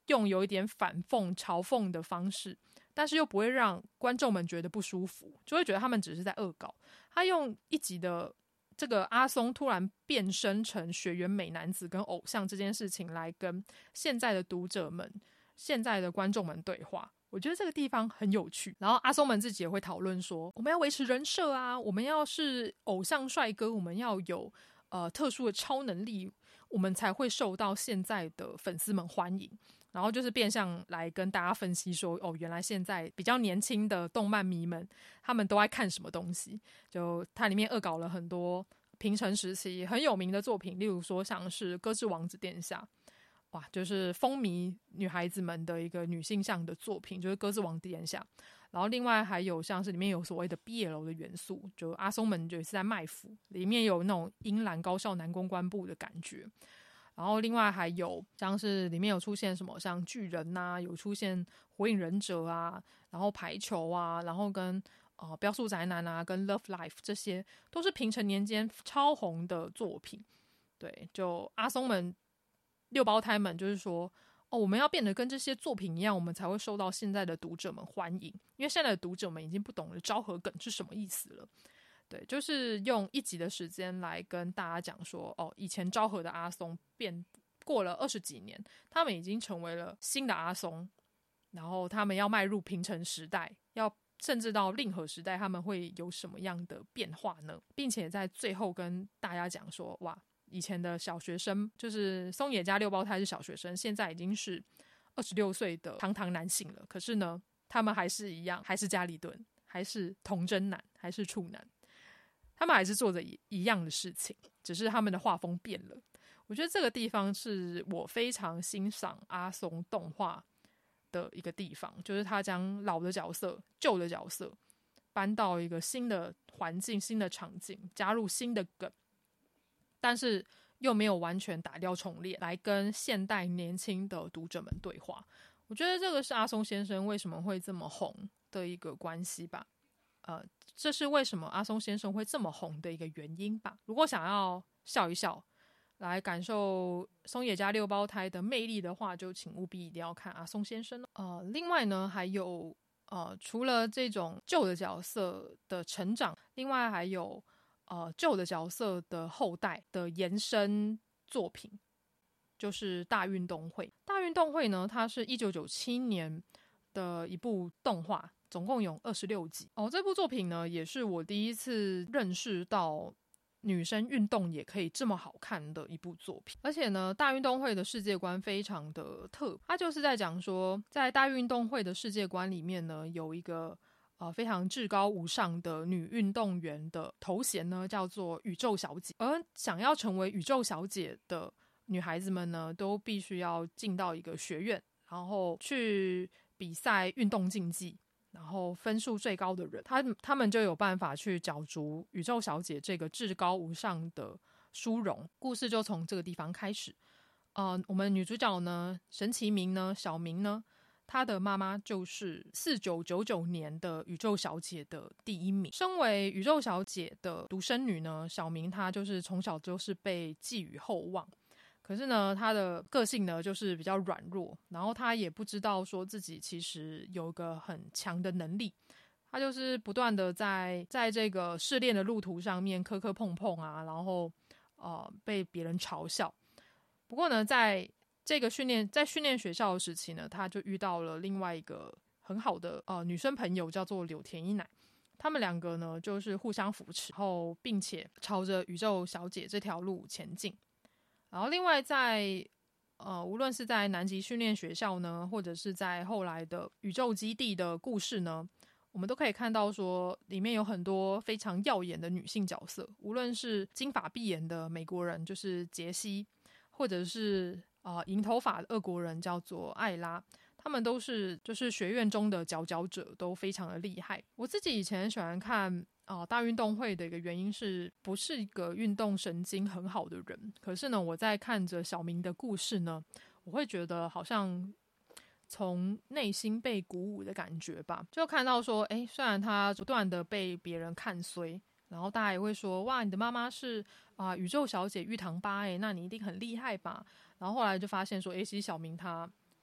用有一点反讽嘲讽的方式，但是又不会让观众们觉得不舒服，就会觉得他们只是在恶搞。他用一集的这个阿松突然变身成学员美男子跟偶像这件事情来跟现在的读者们、现在的观众们对话，我觉得这个地方很有趣。然后阿松们自己也会讨论说，我们要维持人设啊，我们要是偶像帅哥，我们要有特殊的超能力，我们才会受到现在的粉丝们欢迎。然后就是变相来跟大家分析说，哦，原来现在比较年轻的动漫迷们，他们都爱看什么东西。就它里面恶搞了很多平成时期很有名的作品，例如说像是《歌之王子殿下》，哇，就是风靡女孩子们的一个女性向的作品，就是《歌之王子殿下》。然后另外还有像是里面有所谓的 BL 的元素，就阿松们就是在卖腐，里面有那种英兰高校男公关部的感觉。然后另外还有像是里面有出现什么像巨人啊，有出现火影忍者啊，然后排球啊，然后跟标速宅男啊，跟 Love Life， 这些都是平成年间超红的作品。对，就阿松们六胞胎们就是说，哦，我们要变得跟这些作品一样，我们才会受到现在的读者们欢迎，因为现在的读者们已经不懂得昭和梗是什么意思了。对，就是用一集的时间来跟大家讲说，哦，以前昭和的阿松过了20几年，他们已经成为了新的阿松，然后他们要迈入平成时代，要甚至到令和时代，他们会有什么样的变化呢？并且在最后跟大家讲说，哇，以前的小学生，就是松野家六胞胎是小学生，现在已经是26岁的堂堂男性了，可是呢，他们还是一样，还是家里蹲，还是童真男，还是处男。他们还是做着一样的事情，只是他们的画风变了。我觉得这个地方是我非常欣赏阿松动画的一个地方，就是他将老的角色、旧的角色搬到一个新的环境、新的场景，加入新的梗，但是又没有完全打掉重练，来跟现代年轻的读者们对话。我觉得这个是阿松先生为什么会这么红的一个关系吧。这是为什么阿松先生会这么红的一个原因吧。如果想要笑一笑，来感受松野家六胞胎的魅力的话，就请务必一定要看阿松先生。另外呢，还有除了这种旧的角色的成长，另外还有旧的角色的后代的延伸作品，就是大运动会。大运动会呢，它是1997年的一部动画，总共有26集。这部作品呢，也是我第一次认识到女生运动也可以这么好看的一部作品。而且呢，大运动会的世界观非常的特别，它就是在讲说，在大运动会的世界观里面呢，有一个非常至高无上的女运动员的头衔呢，叫做宇宙小姐。而想要成为宇宙小姐的女孩子们呢，都必须要进到一个学院，然后去比赛运动竞技，然后分数最高的人，他们就有办法去角逐宇宙小姐这个至高无上的殊荣。故事就从这个地方开始。我们女主角呢，神崎明呢，小明呢，她的妈妈就是4999年的宇宙小姐的第1名。身为宇宙小姐的独生女呢，小明她就是从小就是被寄予厚望。可是呢，他的个性呢就是比较软弱，然后他也不知道说自己其实有个很强的能力，他就是不断的在这个试炼的路途上面磕磕碰碰啊，然后被别人嘲笑。不过呢，在这个训练学校的时期呢，他就遇到了另外一个很好的女生朋友，叫做柳田一乃。他们两个呢就是互相扶持，然后并且朝着宇宙小姐这条路前进。然后另外在无论是在南极训练学校呢，或者是在后来的宇宙基地的故事呢，我们都可以看到说里面有很多非常耀眼的女性角色，无论是金发碧眼的美国人就是杰西，或者是银头发的俄国人叫做艾拉，他们都是就是学院中的佼佼者，都非常的厉害。我自己以前喜欢看大运动会的一个原因是不是一个运动神经很好的人，可是呢，我在看着小明的故事呢，我会觉得好像从内心被鼓舞的感觉吧。就看到说，虽然他不断的被别人看衰，然后大家也会说，哇，你的妈妈是宇宙小姐玉堂八那你一定很厉害吧。然后后来就发现说，其实小明他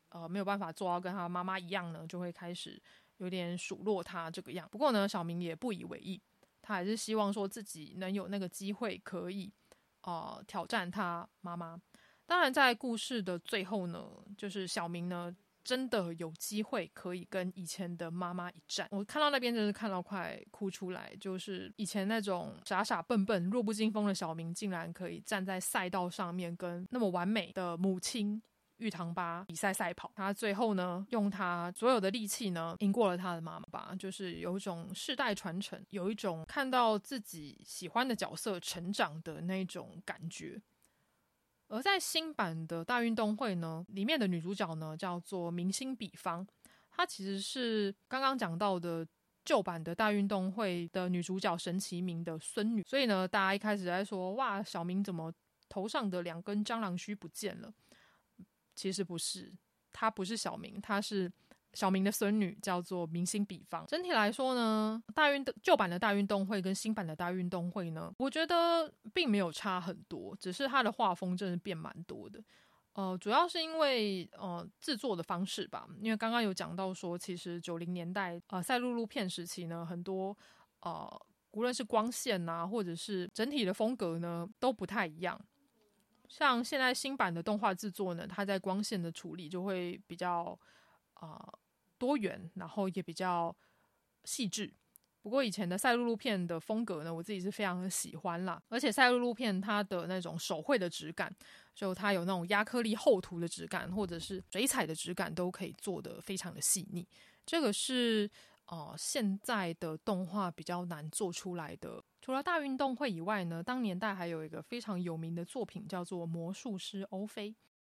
没有办法做到跟他妈妈一样呢，就会开始有点数落他这个样。不过呢，小明也不以为意，他还是希望说自己能有那个机会可以挑战他妈妈。当然在故事的最后呢，就是小明呢真的有机会可以跟以前的妈妈一战。我看到那边真是看到快哭出来，就是以前那种傻傻笨笨弱不禁风的小明，竟然可以站在赛道上面跟那么完美的母亲玉堂巴比赛跑。他最后呢用他所有的力气呢赢过了他的妈妈吧，就是有一种世代传承，有一种看到自己喜欢的角色成长的那种感觉。而在新版的大运动会呢，里面的女主角呢叫做明星比方，她其实是刚刚讲到的旧版的大运动会的女主角神奇明的孙女，所以呢，大家一开始在说哇，小明怎么头上的2根蟑螂须不见了？其实不是，她不是小明，她是小明的孙女，叫做明星比方。整体来说呢，旧版的大运动会跟新版的大运动会呢，我觉得并没有差很多，只是它的画风真的变蛮多的。主要是因为制作的方式吧，因为刚刚有讲到说，其实90年代赛璐璐片时期呢，很多无论是光线啊，或者是整体的风格呢，都不太一样。像现在新版的动画制作呢，它在光线的处理就会比较多元，然后也比较细致。不过以前的赛璐璐片的风格呢，我自己是非常的喜欢啦。而且赛璐璐片它的那种手绘的质感，就它有那种亚克力厚涂的质感，或者是水彩的质感，都可以做得非常的细腻。这个是现在的动画比较难做出来的。除了大运动会以外呢，当年代还有一个非常有名的作品叫做《魔术师欧菲》。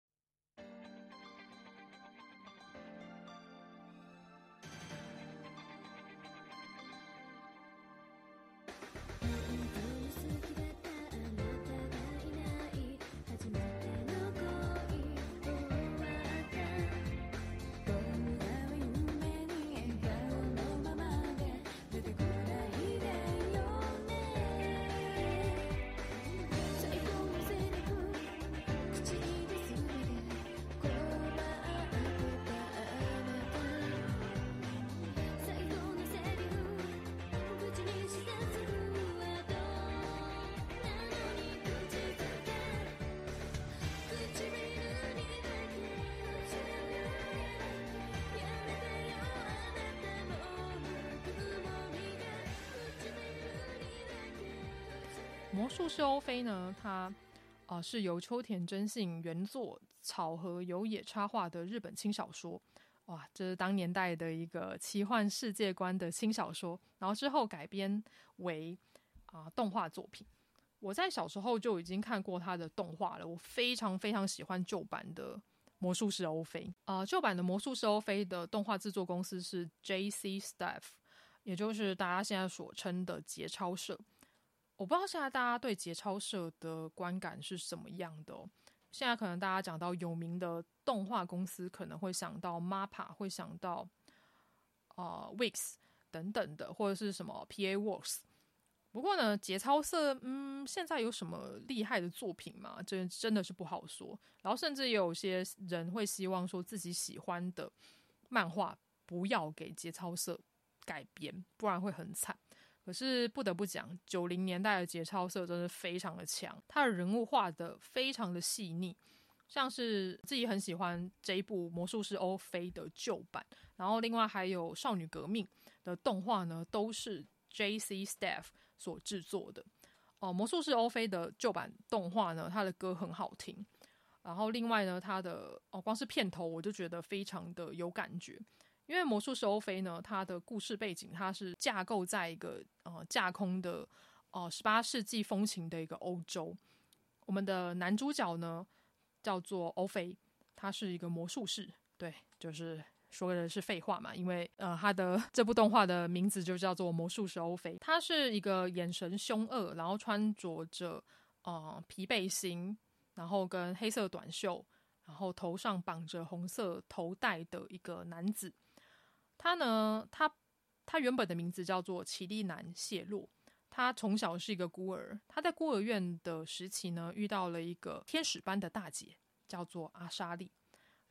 魔术师欧菲呢，它是由秋田真信原作，草和有野插画的日本轻小说。哇，这是当年代的一个奇幻世界观的轻小说，然后之后改编为动画作品。我在小时候就已经看过它的动画了，我非常非常喜欢旧版的魔术师欧菲。旧版的魔术师欧菲的动画制作公司是 JC Staff， 也就是大家现在所称的节操社。我不知道现在大家对节操社的观感是什么样的哦。现在可能大家讲到有名的动画公司，可能会想到 MAPPA， 会想到Wix 等等的，或者是什么 PA Works。不过呢，节操社现在有什么厉害的作品吗？这真的是不好说。然后甚至也有些人会希望说自己喜欢的漫画不要给节操社改编，不然会很惨。可是不得不讲，90年代的节操社真的非常的强，他的人物画的非常的细腻，像是自己很喜欢这一部魔术师欧菲的旧版，然后另外还有少女革命的动画呢，都是 JC Staff 所制作的。魔术师欧菲的旧版动画呢，它的歌很好听，然后另外呢，它的光是片头我就觉得非常的有感觉。因为魔术师欧菲呢，它的故事背景它是架构在一个架空的18世纪风情的一个欧洲。我们的男主角呢叫做欧菲，他是一个魔术师，对，就是说的是废话嘛，因为他的这部动画的名字就叫做魔术师欧菲。他是一个眼神凶恶，然后穿着着皮背心，然后跟黑色短袖，然后头上绑着红色头带的一个男子。他呢，他原本的名字叫做奇利南谢洛。他从小是一个孤儿，他在孤儿院的时期呢，遇到了一个天使般的大姐，叫做阿莎莉。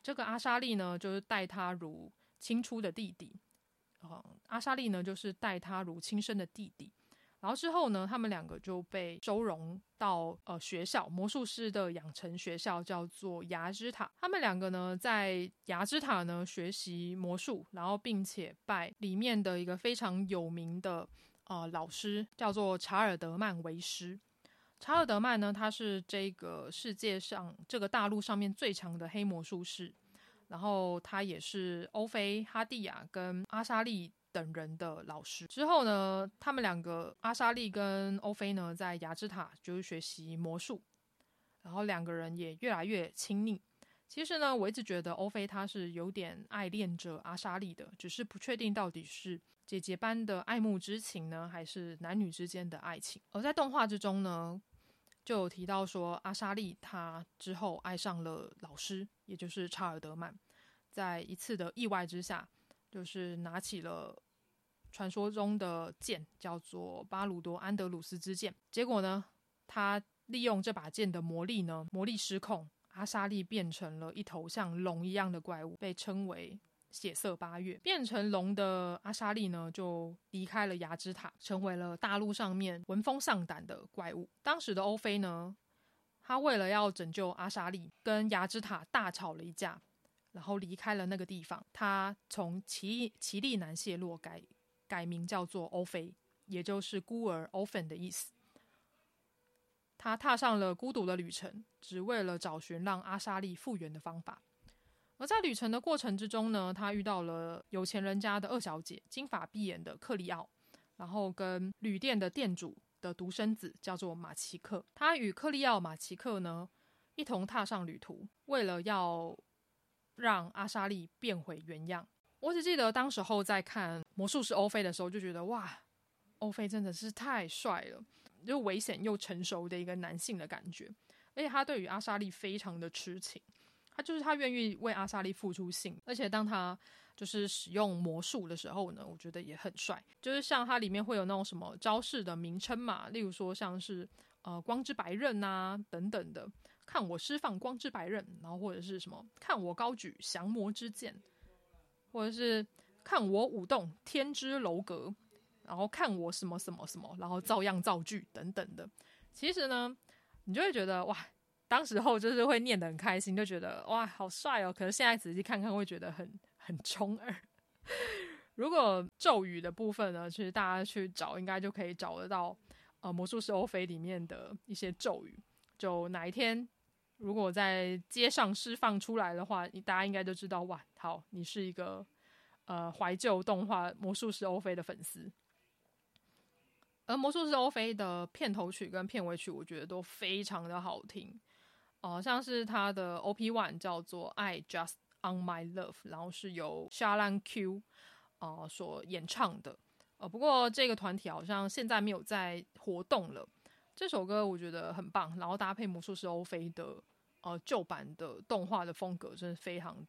这个阿莎利呢，就是待他如亲出的弟弟，阿莎利呢，就是待他如亲生的弟弟。然后之后呢，他们两个就被收容到学校，魔术师的养成学校，叫做牙之塔。他们两个呢，在牙之塔呢学习魔术，然后并且拜里面的一个非常有名的老师，叫做查尔德曼为师。查尔德曼呢，他是这个世界上这个大陆上面最强的黑魔术师，然后他也是欧菲、哈蒂亚跟阿莎利等人的老师。之后呢，他们两个阿莎利跟欧菲呢，在雅之塔就是学习魔术，然后两个人也越来越亲密。其实呢，我一直觉得欧菲他是有点爱恋着阿莎利的，只是不确定到底是姐姐般的爱慕之情呢，还是男女之间的爱情。而在动画之中呢，就有提到说阿莎利她之后爱上了老师，也就是查尔德曼，在一次的意外之下，就是拿起了传说中的剑，叫做巴鲁多安德鲁斯之剑。结果呢，他利用这把剑的魔力呢，魔力失控，阿莎利变成了一头像龙一样的怪物，被称为血色八月。变成龙的阿莎利呢，就离开了牙之塔，成为了大陆上面闻风丧胆的怪物。当时的欧菲呢，他为了要拯救阿莎利，跟牙之塔大吵了一架，然后离开了那个地方。他从奇力南谢洛改名叫做欧菲，也就是孤儿 orphan 的意思。他踏上了孤独的旅程，只为了找寻让阿莎利复原的方法。而在旅程的过程之中呢，他遇到了有钱人家的二小姐，金发碧眼的克里奥，然后跟旅店的店主的独生子叫做马奇克。他与克里奥、马奇克呢一同踏上旅途，为了要让阿莎利变回原样。我只记得当时候在看魔术师欧菲的时候，就觉得哇，欧菲真的是太帅了，就危险又成熟的一个男性的感觉。而且他对于阿莎利非常的痴情，他愿意为阿莎利付出性，而且当他就是使用魔术的时候呢，我觉得也很帅。就是像它里面会有那种什么招式的名称嘛，例如说像是光之白刃啊等等的，看我释放光之白刃，然后或者是什么看我高举降魔之剑，或者是看我舞动天之楼阁，然后看我什么什么什么，然后照样造句等等的。其实呢，你就会觉得哇，当时候就是会念得很开心，就觉得哇好帅哦。可是现在仔细看看会觉得很中二。如果咒语的部分呢，其实大家去找应该就可以找得到魔术师欧菲里面的一些咒语。就哪一天如果在街上释放出来的话，大家应该就知道哇，好，你是一个怀旧动画魔术师欧菲的粉丝。而魔术师欧菲的片头曲跟片尾曲我觉得都非常的好听，像是他的 OP1 叫做 I Just On My Love， 然后是由 Shalan Q 所演唱的。不过这个团体好像现在没有在活动了。这首歌我觉得很棒，然后搭配魔术师欧菲的旧版的动画的风格，真的非常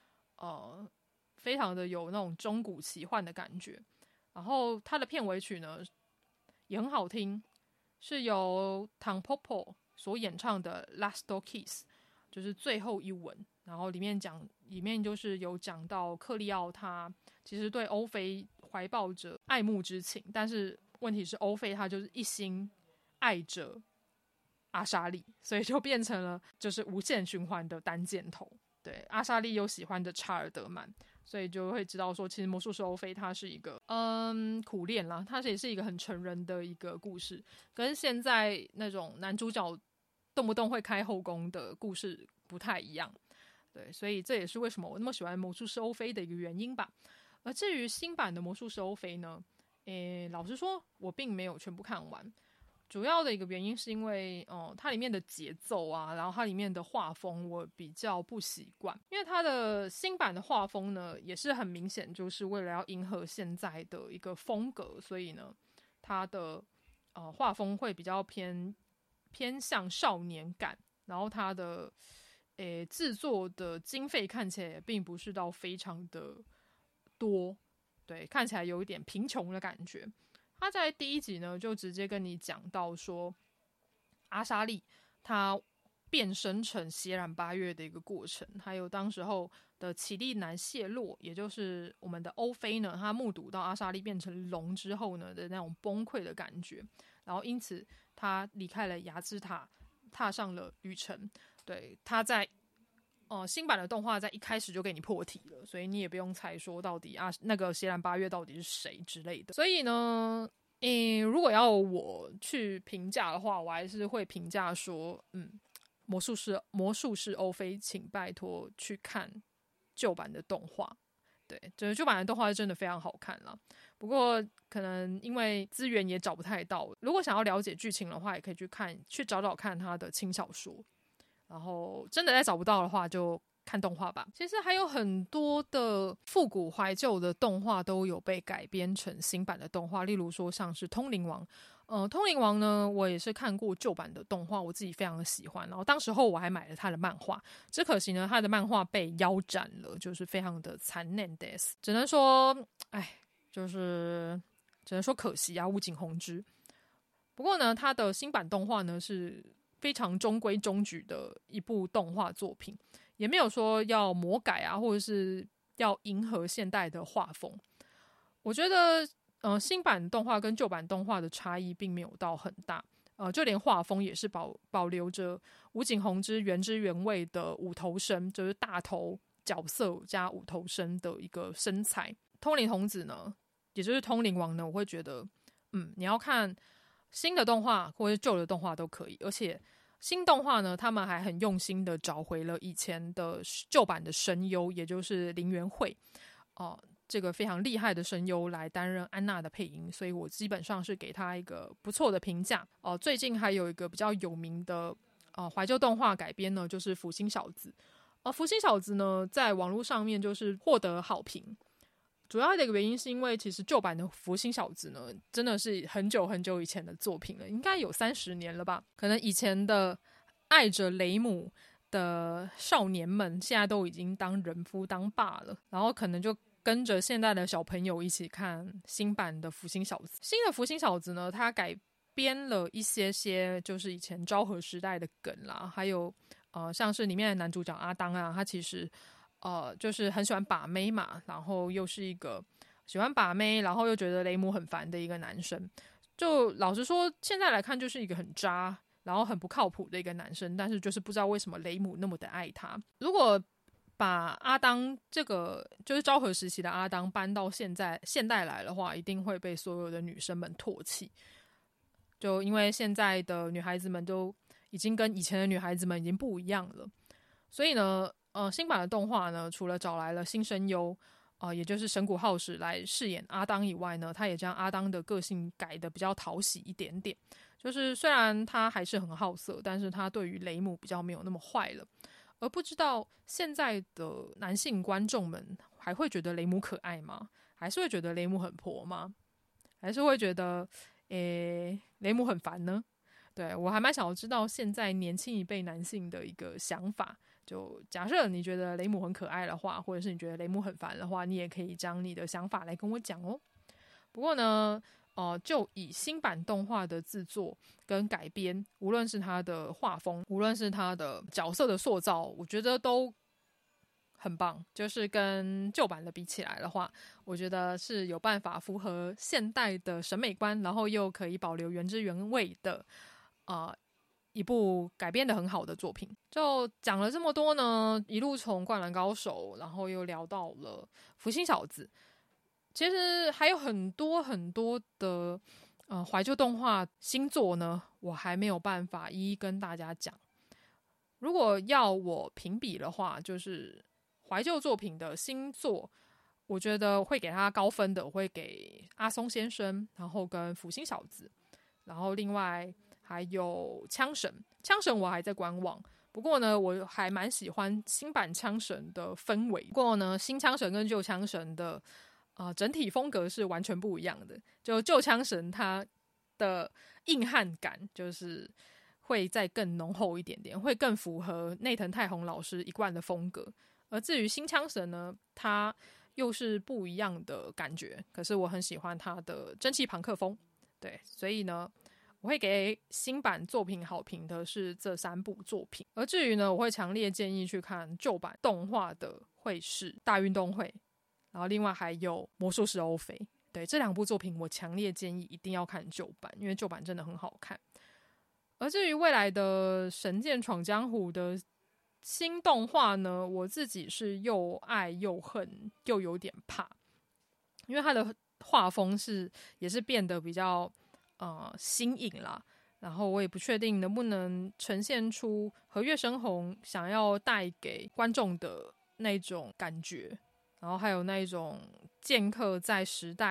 的有那种中古奇幻的感觉。然后它的片尾曲呢也很好听，是由唐 Popo 所演唱的 Last Kiss， 就是最后一吻。然后里面就是有讲到克利奥他其实对欧菲怀抱着爱慕之情，但是问题是欧菲他就是一心爱着阿莎利，所以就变成了就是无限循环的单箭头。对，阿莎利有喜欢的查尔德曼，所以就会知道说其实魔术师欧菲他是一个苦恋啦，他也是一个很成人的一个故事，跟现在那种男主角动不动会开后宫的故事不太一样。对，所以这也是为什么我那么喜欢魔术师欧菲的一个原因吧。而至于新版的魔术师欧菲呢，老实说我并没有全部看完，主要的一个原因是因为它里面的节奏啊，然后它里面的画风我比较不习惯，因为它的新版的画风呢也是很明显就是为了要迎合现在的一个风格，所以呢它的画风会比较偏向少年感，然后它的制作的经费看起来也并不是到非常的多，对，看起来有一点贫穷的感觉。他在第一集呢就直接跟你讲到说，阿莎利他变身成血染八月的一个过程，还有当时候的奇力男谢洛，也就是我们的欧菲呢，他目睹到阿莎莉变成龙之后呢的那种崩溃的感觉，然后因此他离开了雅兹塔，踏上了旅程。对，他在新版的动画在一开始就给你破题了，所以你也不用猜说到底那个血染八月到底是谁之类的。所以呢，如果要我去评价的话，我还是会评价说，魔术师欧菲，请拜托去看旧版的动画。对，就是旧版的动画是真的非常好看啦。不过可能因为资源也找不太到，如果想要了解剧情的话，也可以去找找看他的轻小说。然后真的再找不到的话，就看动画吧。其实还有很多的复古怀旧的动画都有被改编成新版的动画，例如说像是《通灵王》。通灵王呢，我也是看过旧版的动画，我自己非常的喜欢。然后当时候我还买了他的漫画，只可惜呢，他的漫画被腰斩了，就是非常的残念的，只能说，只能说可惜啊，雾井宏之。不过呢，他的新版动画呢是非常中规中矩的一部动画作品，也没有说要魔改啊，或者是要迎合现代的画风。我觉得新版动画跟旧版动画的差异并没有到很大，就连画风也是保留着武井宏之原汁原味的五头身，就是大头角色加五头身的一个身材。通灵童子呢，也就是通灵王呢，我会觉得你要看新的动画或者旧的动画都可以，而且新动画呢，他们还很用心的找回了以前的旧版的声优，也就是林元惠这个非常厉害的声优来担任安娜的配音，所以我基本上是给他一个不错的评价。最近还有一个比较有名的怀旧动画改编呢，就是福星小子。福星小子呢，在网络上面就是获得好评。主要的一个原因是因为其实旧版的福星小子呢，真的是很久很久以前的作品了，应该有30年了吧。可能以前的爱着雷姆的少年们现在都已经当人夫当爸了，然后可能就跟着现在的小朋友一起看新版的福星小子。新的福星小子呢，它改编了一些就是以前昭和时代的梗啦，还有像是里面的男主角阿当啊，他其实就是很喜欢把妹嘛，然后又是一个喜欢把妹，然后又觉得雷姆很烦的一个男生。就老实说，现在来看就是一个很渣，然后很不靠谱的一个男生，但是就是不知道为什么雷姆那么的爱他。如果把阿当这个就是昭和时期的阿当搬到现代来的话，一定会被所有的女生们唾弃。就因为现在的女孩子们都已经跟以前的女孩子们已经不一样了，所以呢，新版的动画呢，除了找来了新声优，也就是神谷浩史来饰演阿当以外呢，他也将阿当的个性改得比较讨喜一点点。就是虽然他还是很好色，但是他对于雷姆比较没有那么坏了。而不知道现在的男性观众们还会觉得雷姆可爱吗？还是会觉得雷姆很婆吗？还是会觉得雷姆很烦呢？对，我还蛮想要知道现在年轻一辈男性的一个想法。就假设你觉得雷姆很可爱的话，或者是你觉得雷姆很烦的话，你也可以将你的想法来跟我讲哦。不过呢，就以新版动画的制作跟改编，无论是它的画风，无论是它的角色的塑造，我觉得都很棒。就是跟旧版的比起来的话，我觉得是有办法符合现代的审美观，然后又可以保留原汁原味的一部改编的很好的作品。就讲了这么多呢，一路从灌篮高手，然后又聊到了福星小子，其实还有很多很多的怀旧动画新作呢，我还没有办法一一跟大家讲。如果要我评比的话，就是怀旧作品的新作，我觉得会给他高分的，我会给阿松先生，然后跟福星小子，然后另外还有枪神。枪神我还在观望，不过呢，我还蛮喜欢新版枪神的氛围。不过呢，新枪神跟旧枪神的整体风格是完全不一样的。就旧枪神它的硬汉感就是会再更浓厚一点点，会更符合内藤太宏老师一贯的风格。而至于新枪神呢，它又是不一样的感觉，可是我很喜欢它的蒸汽朋克风。对，所以呢， 我会给新版作品好评的是这3部作品，而至于呢，我会强烈建议去看旧版动画的会是大运动会，然后另外还有魔术师欧菲。对，这2部作品我强烈建议一定要看旧版，因为旧版真的很好看。而至于未来的神剑闯江湖的新动画呢，我自己是又爱又恨又有点怕，因为它的画风也是变得比较新颖啦，然后我也不确定能不能呈现出和月生红想要带给观众的那种感觉，然后还有那一种剑客在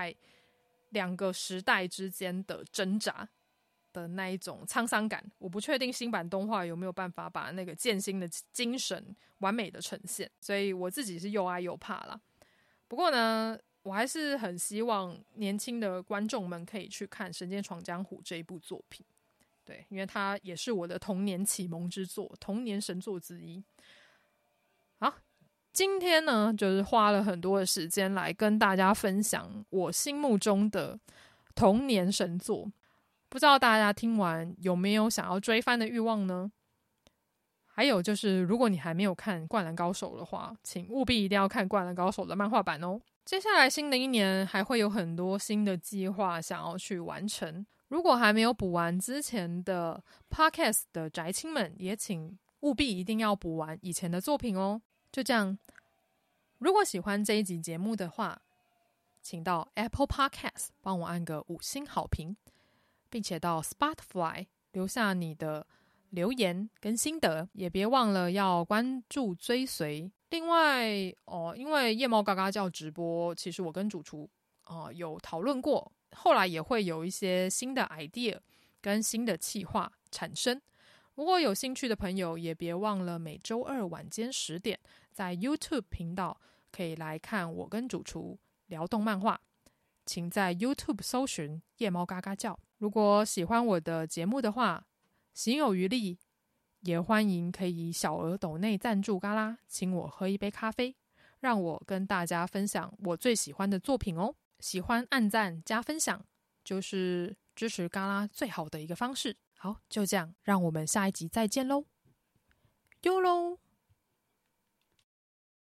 2个时代之间的挣扎的那一种沧桑感，我不确定新版动画有没有办法把那个剑心的精神完美的呈现，所以我自己是又爱又怕啦。不过呢，我还是很希望年轻的观众们可以去看《神剑闯江湖》这一部作品，对，因为它也是我的童年启蒙之作，童年神作之一。好，今天呢，就是花了很多的时间来跟大家分享我心目中的童年神作，不知道大家听完有没有想要追番的欲望呢？还有就是，如果你还没有看《灌篮高手》的话，请务必一定要看《灌篮高手》的漫画版哦。接下来新的一年还会有很多新的计划想要去完成，如果还没有补完之前的 Podcast 的宅青们，也请务必一定要补完以前的作品哦。就这样，如果喜欢这一集节目的话，请到 Apple Podcast 帮我按个5星好评，并且到 Spotify 留下你的留言跟心得，也别忘了要关注追随。另外因为夜猫嘎嘎叫直播，其实我跟主厨有讨论过，后来也会有一些新的 idea 跟新的企划产生。如果有兴趣的朋友，也别忘了每周2晚间10点在 YouTube 频道可以来看我跟主厨聊动漫画，请在 YouTube 搜寻夜猫嘎嘎叫。如果喜欢我的节目的话，行有余力也欢迎可以小额抖内赞助嘎啦，请我喝一杯咖啡，让我跟大家分享我最喜欢的作品哦。喜欢按赞加分享，就是支持嘎啦最好的一个方式。好，就这样，让我们下一集再见喽，哟喽。